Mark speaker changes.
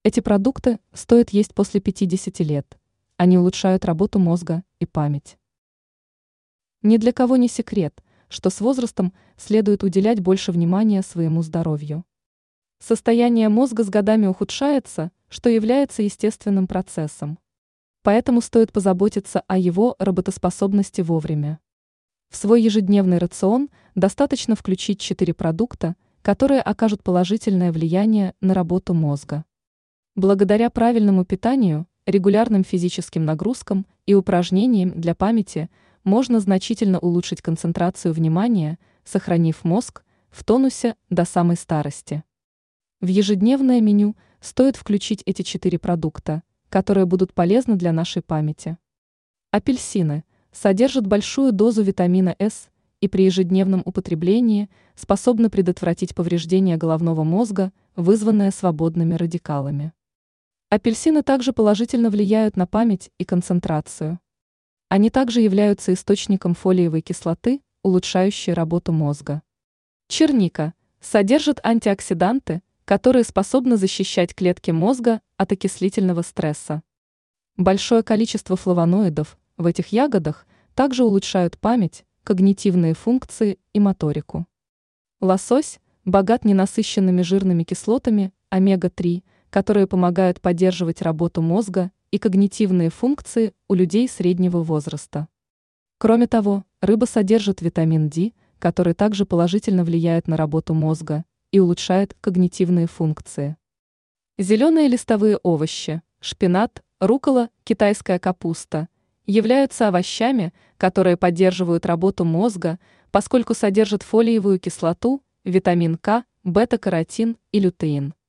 Speaker 1: Эти продукты стоит есть после 50 лет. Они улучшают работу мозга и память. Ни для кого не секрет, что с возрастом следует уделять больше внимания своему здоровью. Состояние мозга с годами ухудшается, что является естественным процессом. Поэтому стоит позаботиться о его работоспособности вовремя. В свой ежедневный рацион достаточно включить 4 продукта, которые окажут положительное влияние на работу мозга. Благодаря правильному питанию, регулярным физическим нагрузкам и упражнениям для памяти можно значительно улучшить концентрацию внимания, сохранив мозг в тонусе до самой старости. В ежедневное меню стоит включить эти 4 продукта, которые будут полезны для нашей памяти. Апельсины содержат большую дозу витамина С и при ежедневном употреблении способны предотвратить повреждение головного мозга, вызванное свободными радикалами. Апельсины также положительно влияют на память и концентрацию. Они также являются источником фолиевой кислоты, улучшающей работу мозга. Черника содержит антиоксиданты, которые способны защищать клетки мозга от окислительного стресса. Большое количество флавоноидов в этих ягодах также улучшают память, когнитивные функции и моторику. Лосось богат ненасыщенными жирными кислотами омега-3, которые помогают поддерживать работу мозга и когнитивные функции у людей среднего возраста. Кроме того, рыба содержит витамин D, который также положительно влияет на работу мозга и улучшает когнитивные функции. Зеленые листовые овощи, шпинат, руккола, китайская капуста являются овощами, которые поддерживают работу мозга, поскольку содержат фолиевую кислоту, витамин К, бета-каротин и лютеин.